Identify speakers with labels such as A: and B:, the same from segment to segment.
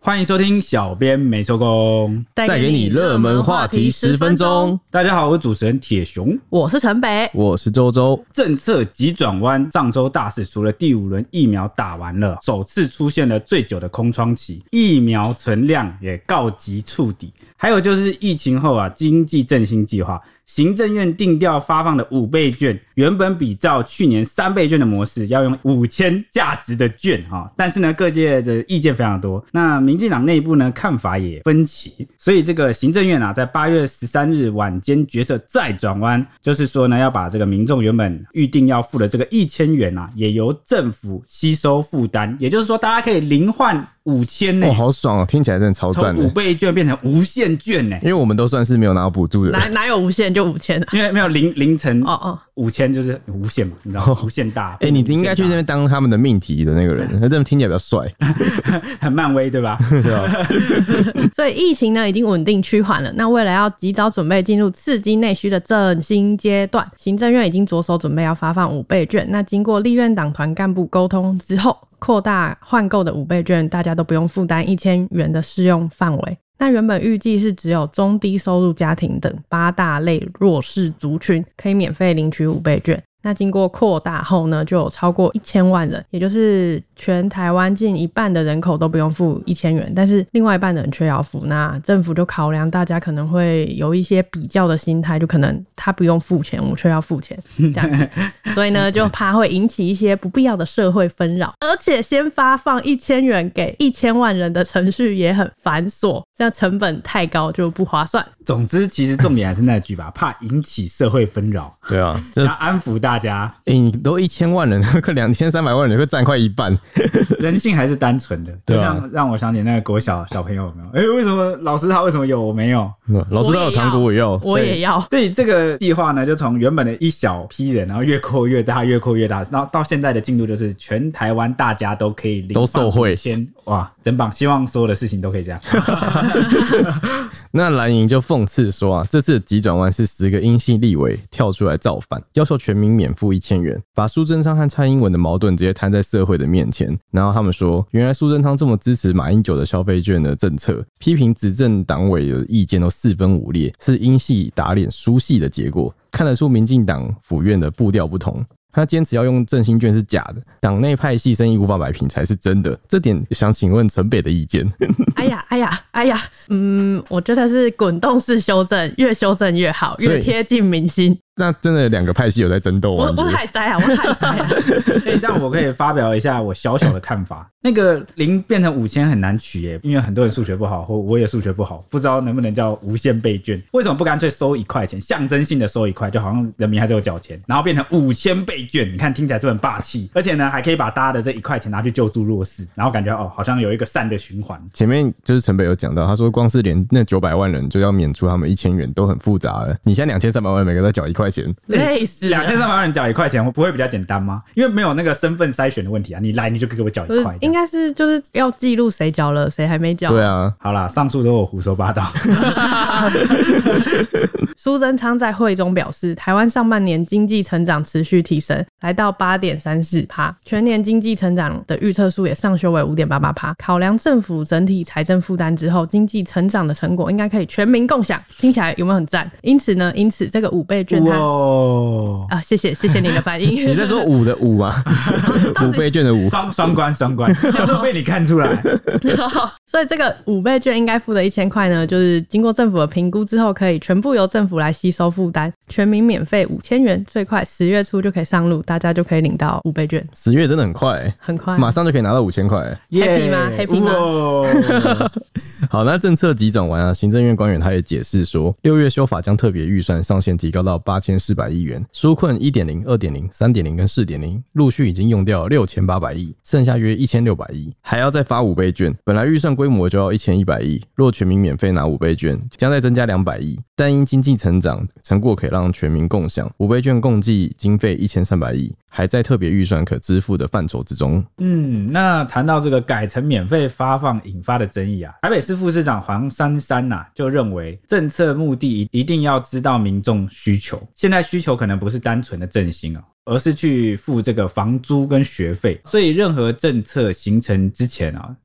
A: 欢迎收听小编没收工，
B: 带给你热门话题10分钟。
A: 大家好，我是主持人铁雄，
B: 我是陈北，
C: 我是周周。
A: 政策急转弯，上周大事除了第5轮疫苗打完了，首次出现了最久的空窗期，疫苗存量也告急触底。还有就是疫情后经济振兴计划，行政院定调发放的5倍券，原本比照去年3倍券的模式，要用5000价值的券但是呢，各界的意见非常多。那民进党内部呢，看法也分歧，所以这个行政院在8月13日晚间决策再转弯，就是说呢，要把这个民众原本预定要付的这个1000元也由政府吸收负担，也就是说，大家可以零换5000呢，
C: 好爽哦！听起来真的超赞的。
A: 从5倍券变成无限券呢，
C: 因为我们都算是没有拿到补助的人，
B: 哪有无限就5000
A: 因为没有零乘5000就是无限嘛，你知道吗？无限大。
C: 你应该去那边当他们的命题的那个人，他这么听起来比较帅，
A: 很漫威对吧？
C: 对吧？
B: 所以疫情呢已经稳定趋缓了。那为了要及早准备进入刺激内需的振兴阶段，行政院已经着手准备要发放5倍券。那经过立院党团干部沟通之后，扩大换购的5倍券，大家都不用负担1000元的适用范围。那原本预计是只有中低收入家庭等8大类弱势族群可以免费领取5倍券。那经过扩大后呢，就有超过1000万人，也就是全台湾近一半的人口都不用付1000元，但是另外一半的人却要付。那政府就考量大家可能会有一些比较的心态，就可能他不用付钱，我却要付钱这样子，所以呢就怕会引起一些不必要的社会纷扰，而且先发放1000元给1000万人的程序也很繁琐，这样成本太高就不划算。
A: 总之其实重点还是那句吧，怕引起社会纷扰。
C: 对啊，
A: 要安抚大家。
C: 你都1000万人，快2300万人，会占快一半。
A: 人性还是单纯的，就像让我想起那个国小小朋友有没有？为什么老师他为什么有我没有？
C: 老师他有糖果我也要，
B: 我也要。
A: 所以这个计划呢，就从原本的一小批人，然后越扩越大，越扩越大，然后到现在的进度就是全台湾大家都可以领，
C: 都受惠。
A: 哇，真棒！希望所有的事情都可以这样。
C: 那蓝营就讽刺说这次的急转弯是10个英系立委跳出来造反，要求全民免付1000元，把苏贞昌和蔡英文的矛盾直接摊在社会的面前。然后他们说，原来苏贞昌这么支持马英九的消费券的政策，批评执政党委的意见都4分5裂，是英系打脸苏系的结果。看得出民进党府院的步调不同。他坚持要用振兴券是假的，党内派系生意无法摆平才是真的，这点想请问陈北的意见。
B: 哎呀，我觉得是滚动式修正，越修正越好，越贴近民心。
C: 那真的2个派系有在争斗吗？
B: 我还在啊。
A: 但我可以发表一下我小小的看法。那个0变成5000很难取耶，因为很多人数学不好，或我也数学不好，不知道能不能叫无限倍券。为什么不干脆收1块钱，象征性的收1块，就好像人民还是有缴钱，然后变成5000倍券？你看听起来是不是很霸气？而且呢，还可以把大家的这1块钱拿去救助弱势，然后感觉好像有一个善的循环。
C: 前面就是陈北有讲到，他说光是连那900万人就要免除他们1000元都很复杂了。你现在2300万人每个都缴1块钱，
B: 累死了。
A: 2300万人缴1块钱，不会比较简单吗？因为没有那个身份筛选的问题啊，你来你就给我缴1块。
B: 应该是就是要记录谁缴了，谁还没缴。
C: 对啊，
A: 好啦，上述都有胡说八道。
B: 苏贞昌在会中表示，台湾上半年经济成长持续提升，来到 8.34%， 全年经济成长的预测数也上修为 5.88%。考量政府整体财政负担之后，经济成长的成果应该可以全民共享。听起来有没有很赞？因此这个5倍券谢谢你的反应。
C: 你在说5的5吗？5倍券的5，
A: 双关，想说被你看出来。
B: 所以这个5倍券应该付的1000块呢，就是经过政府的评估之后，可以全部由政府来吸收负担，全民免费5000元，最快10月初就可以上路，大家就可以领到5倍券。
C: 10月真的很快
B: 很快，
C: 马上就可以拿到5000块。
B: Happy 吗 ？Happy 吗？
C: 好，那政策急转弯行政院官员他也解释说，6月修法将特别预算上限提高到8400亿元，纾困 1.0、2.0、3.0 跟 4.0 陆续已经用掉6800亿，剩下约1600亿，还要再发5倍券。本来预算规模就要1100亿，若全民免费拿5倍券，将再增加200亿，但因经济成长成果可以让全民共享，5倍券共计经费1300亿，还在特别预算可支付的范畴之中。
A: 那谈到这个改成免费发放引发的争议台北市副市长黄珊珊就认为政策目的一定要知道民众需求，现在需求可能不是单纯的振兴而是去付这个房租跟学费，所以任何政策形成之前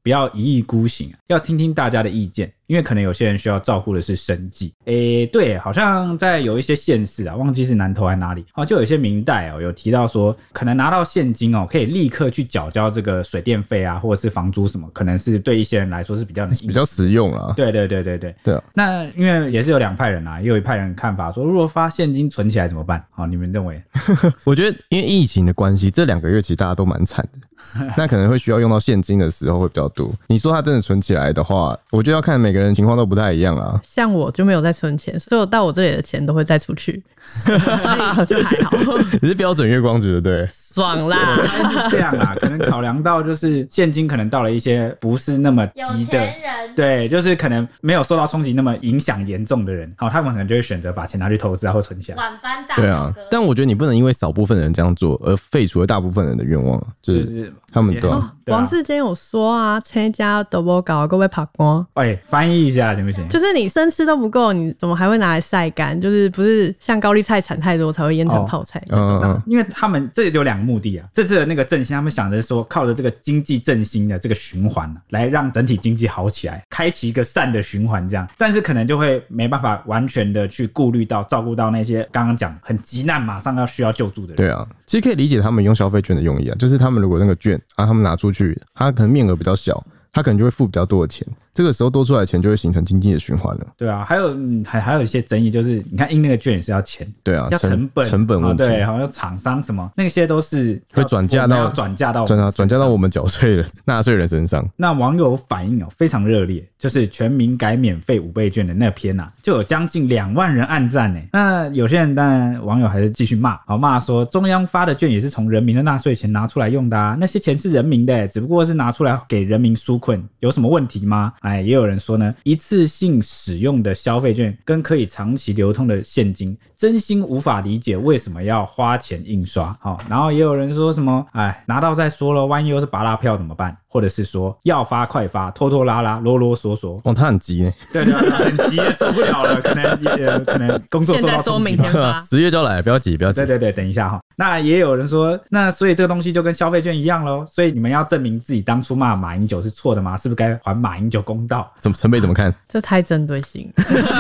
A: 不要一意孤行，要听听大家的意见，因为可能有些人需要照顾的是生计。对，好像在有一些县市啊，忘记是南投还哪里就有一些民代有提到说，可能拿到现金可以立刻去缴交这个水电费啊，或者是房租什么，可能是对一些人来说是比较
C: 实用啦。
A: 对
C: 啊。
A: 那因为也是有两派人也有一派人看法说，如果发现金存起来怎么办？你们认为？
C: 我觉得因为疫情的关系，这2个月其实大家都蛮惨的。那可能会需要用到现金的时候会比较多。你说他真的存起来的话，我觉得要看每个人情况都不太一样啊。
B: 像我就没有在存钱，所以我到我这里的钱都会再出去，所以就还好。
C: 你是标准月光族对不对？
B: 爽啦！
A: 是这样啦，可能考量到就是现金可能到了一些不是那么急的，对，就是可能没有受到冲击那么影响严重的人，他们可能就会选择把钱拿去投资或存起来。
D: 晚班大
C: 对啊，但我觉得你不能因为少部分人这样做而废除了大部分人的愿望，就是他们对啊。
B: 王世坚有说啊，参加都不搞，各位跑光。
A: 翻译一下行不行？
B: 就是你生吃都不够，你怎么还会拿来晒干？就是不是像高丽菜产太多才会腌成泡菜那种？
A: 因为他们这有2个目的啊。这次的那个振兴，他们想着说，靠着这个经济振兴的这个循环来让整体经济好起来，开启一个善的循环这样。但是可能就会没办法完全的去顾虑到、照顾到那些刚刚讲很急难、马上需要救助的人。
C: 对啊，其实可以理解他们用消费券的用意啊，就是他们如果那个券他们拿出去，他可能面额比较小，他可能就会付比较多的钱。这个时候多出来的钱就会形成经济的循环了。
A: 对啊，还有一些争议，就是你看印那个券也是要钱，
C: 对啊，
A: 要成本
C: 问题，
A: 对，好像厂商什么那些都是
C: 会转嫁到我们缴税人、纳税人身上。
A: 那网友反应非常热烈，就是全民改免费5倍券的那篇就有将近2万人按赞呢。那有些人当然网友还是继续骂说，中央发的券也是从人民的纳税钱拿出来用的啊，那些钱是人民的，只不过是拿出来给人民纾困，有什么问题吗？也有人说呢，一次性使用的消费券跟可以长期流通的现金，真心无法理解为什么要花钱印刷。然后也有人说什么，拿到再说了，万一又是拔拉票怎么办？或者是说要发快发，拖拖拉拉，啰啰嗦嗦。
C: 他很急呢。
A: 对，很急，受不了了，可能工作受到冲击。
C: 10月就来，不要急。
A: 对，等一下那也有人说，那所以这个东西就跟消费券一样咯，所以你们要证明自己当初骂马英九是错的吗？是不是该还马英九公道？
C: 陈北怎么看？
B: 这太针对性。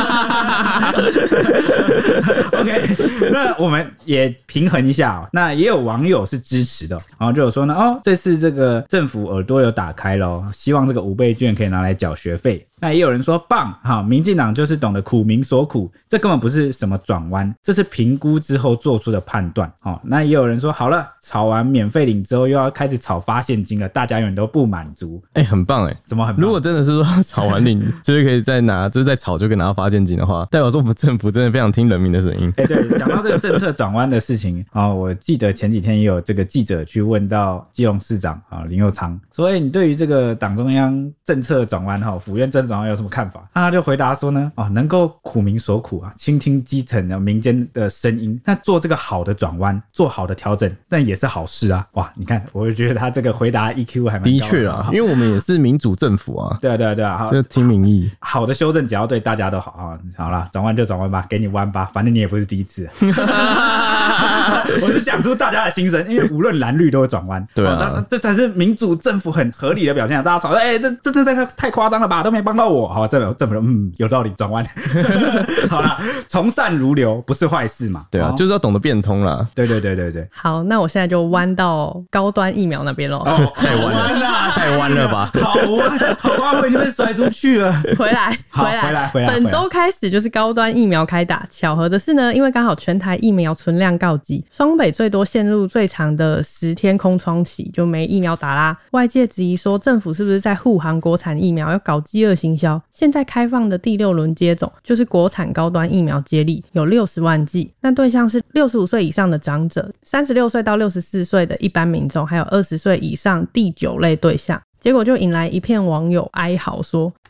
A: OK， 那我们也平衡一下那也有网友是支持的，然后就有说呢，这次这个政府耳朵有打开咯，希望这个5倍券可以拿来缴学费。那也有人说棒民进党就是懂得苦民所苦，这根本不是什么转弯，这是评估之后做出的判断。那也有人说好了，炒完免费领之后又要开始炒发现金了，大家永远都不满足。
C: 很棒
A: 什么很棒？
C: 如果真的是说炒完领就是可以再拿，就是再炒就可以拿到发现金的话，代表说我们政府真的非常听人民的声音。
A: 对，讲到这个政策转弯的事情我记得前几天也有这个记者去问到基隆市长林右昌，说你对于这个党中央政策转弯府院政策转弯有什么看法？他就回答说呢能够苦民所苦倾听基层的民间的声音，那做这个好的转弯，做好的调整，那也是好事啊。哇，你看，我就觉得他这个回答 EQ 还蛮高的。
C: 的确啦，因为我们也是民主政府啊。
A: 对啊，
C: 就听民意。
A: 好的修正只要对大家都好好啦，转弯就转弯吧，给你弯吧，反正你也不是第一次。我是讲出大家的心声，因为无论蓝绿都会转弯。
C: 对啊，
A: 这才是民主政府很合理的表现。大家吵这太夸张了吧，都没帮到我。好，政府有道理，转弯。好啦，从善如流不是坏事嘛。
C: 对啊，就是要懂得变通啦。
A: 对。
B: 好，那我现在就弯到高端疫苗那边咯。
C: 太弯了，太弯了吧？
A: 好弯，我已经被甩出去了。
B: 回来。本周开始就是高端疫苗开打。巧合的是呢，因为刚好全台疫苗存量告急，双北最多陷入最长的10天空窗期，就没疫苗打啦。外界质疑说，政府是不是在护航国产疫苗，要搞饥饿行销？现在开放的第6轮接种，就是国产高端疫苗接力，有60万剂。那对象是65岁以上的长者，36岁到64岁的一般民众，还有20岁以上第9类对象。结果就引来一片网友哀嚎说，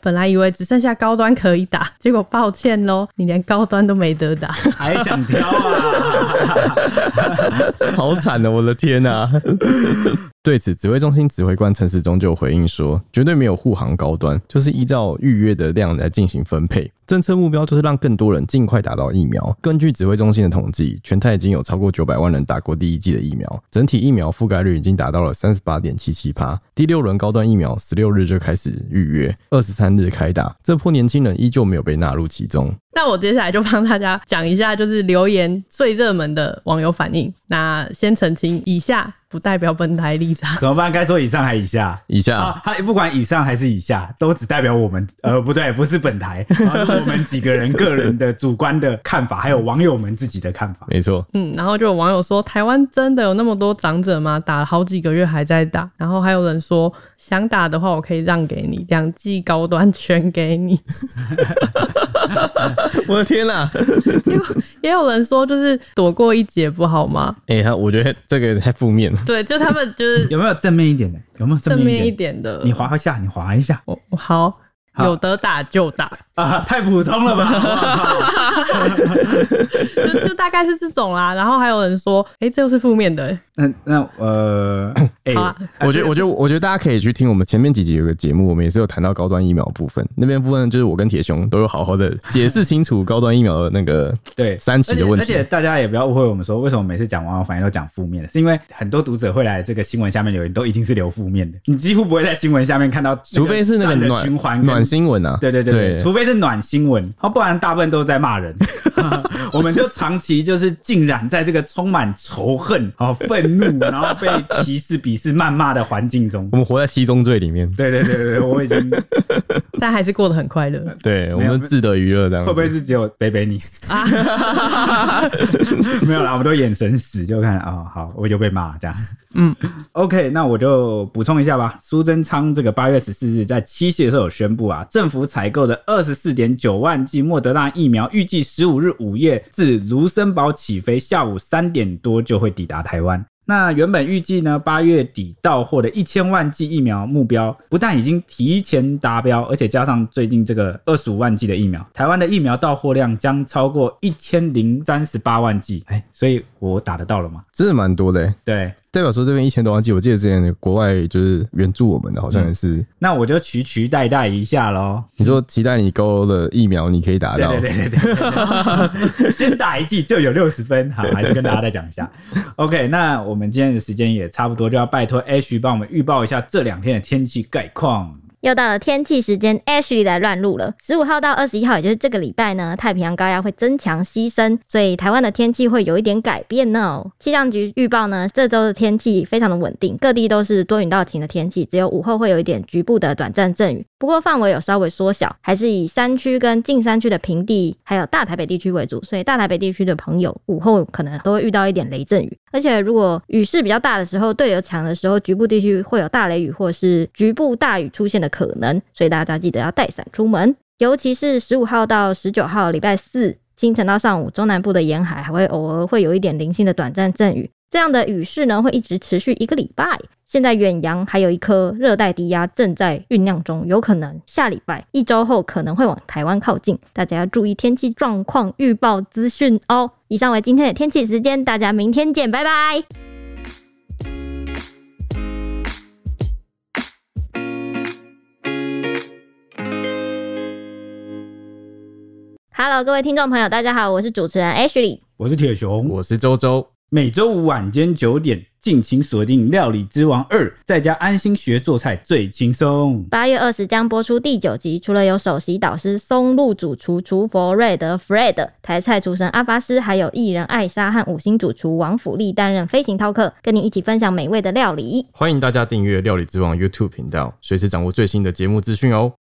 B: 本来以为只剩下高端可以打，结果抱歉咯，你连高端都没得打，
A: 还想挑啊？
C: 好惨哦，我的天啊。对此，指挥中心指挥官陈时中就回应说，绝对没有护航高端，就是依照预约的量来进行分配。政策目标就是让更多人尽快打到疫苗。根据指挥中心的统计，全台已经有超过900万人打过第一剂的疫苗，整体疫苗覆盖率已经达到了 38.77%。第6轮高端疫苗16日就开始预约，23日开打，这波年轻人依旧没有被纳入其中。
B: 那我接下来就帮大家讲一下，就是留言最热门的网友反应。那先澄清，以下不代表本台立场。
A: 怎么办？该说以上还以下？
C: 以下
A: 啊，他不管以上还是以下，都只代表我们，不对，不是本台，是我们几个人个人的主观的看法，还有网友们自己的看法。
C: 没错。
B: 然后就有网友说，台湾真的有那么多长者吗？打了好几个月还在打。然后还有人说，想打的话我可以让给你，2剂高端全给你。
C: 我的天啊。
B: 也有人说，就是躲过一劫不好吗？
C: 我觉得这个太负面了。
B: 对，就他们就是
A: 有没有正面一点的？有没有
B: 正面一
A: 一
B: 点的？
A: 你滑一下，你滑一下。
B: 好，有得打就打
A: 啊，太普通了吧？
B: 就大概是这种啦。然后还有人说，这又是负面的。
C: 好啊，我觉得大家可以去听我们前面几集有个节目，我们也是有谈到高端疫苗部分，那边部分就是我跟铁雄都有好好的解释清楚高端疫苗的那个
A: 对
C: 3期的问题。
A: 而且大家也不要误会我们说为什么每次讲网友反应都讲负面的，是因为很多读者会来这个新闻下面留言都一定是留负面的，你几乎不会在新闻下面看到，
C: 除非是那个暖新闻啊。
A: 对，除非是暖新闻，不然大部分都在骂人。我们就长期就是浸染在这个充满仇恨、愤怒，然后被歧视、鄙视、谩骂的环境中。
C: 我们活在七宗罪里面。
A: 对，我已经，
B: 但还是过得很快乐。
C: 对，我们自得娱乐这样子。
A: 会不会是只有北北你啊？没有啦，我们都眼神死，就看好，我就被骂这样。OK， 那我就补充一下吧。苏贞昌这个8月14日在7夕的时候有宣布啊，政府采购的24.9万剂莫德纳疫苗，预计15日午夜自卢森堡起飞，下午3点多就会抵达台湾。那原本预计呢8月底到货的1000万剂疫苗目标，不但已经提前达标，而且加上最近这个25万剂的疫苗，台湾的疫苗到货量将超过1038万剂。所以我打得到了吗？
C: 真的蛮多的。
A: 对，
C: 代表说这边1000多万剂，我记得之前国外就是援助我们的，好像也是。
A: 那我就期待一下咯。
C: 你说期待你勾的疫苗你可以打到？
A: 对，先打1剂就有60分。好，还是跟大家再讲一下。OK， 那我们今天的时间也差不多，就要拜托 Ash 帮我们预报一下这2天的天气概况。
D: 又到了天气时间 ，Ashley 来乱入了。15号到21号，也就是这个礼拜呢，太平洋高压会增强西伸，所以台湾的天气会有一点改变呢。气象局预报呢，这周的天气非常的稳定，各地都是多云到晴的天气，只有午后会有一点局部的短暂阵雨，不过范围有稍微缩小，还是以山区跟近山区的平地，还有大台北地区为主，所以大台北地区的朋友午后可能都会遇到一点雷阵雨，而且如果雨势比较大的时候，对流强的时候，局部地区会有大雷雨或是局部大雨出现的可能，所以大家记得要带伞出门。尤其是15号到19号礼拜四清晨到上午，中南部的沿海还会偶尔会有一点零星的短暂阵雨，这样的雨势呢会一直持续1个礼拜。现在远洋还有一颗热带低压正在酝酿中，有可能下礼拜1周后可能会往台湾靠近，大家要注意天气状况预报资讯哦。以上为今天的天气时间，大家明天见，拜拜。Hello， 各位听众朋友，大家好，我是主持人 Ashley，
A: 我是铁雄，
C: 我是周周。
A: 每周五晚间9点，敬请锁定《料理之王2》，在家安心学做菜最轻松。
D: 8月20将播出第9集，除了有首席导师松露主厨厨佛瑞德 Fred、台菜厨神阿巴斯，还有艺人艾莎和5星主厨王府力担任飞行饕客，跟你一起分享美味的料理。
C: 欢迎大家订阅《料理之王》YouTube 频道，随时掌握最新的节目资讯哦。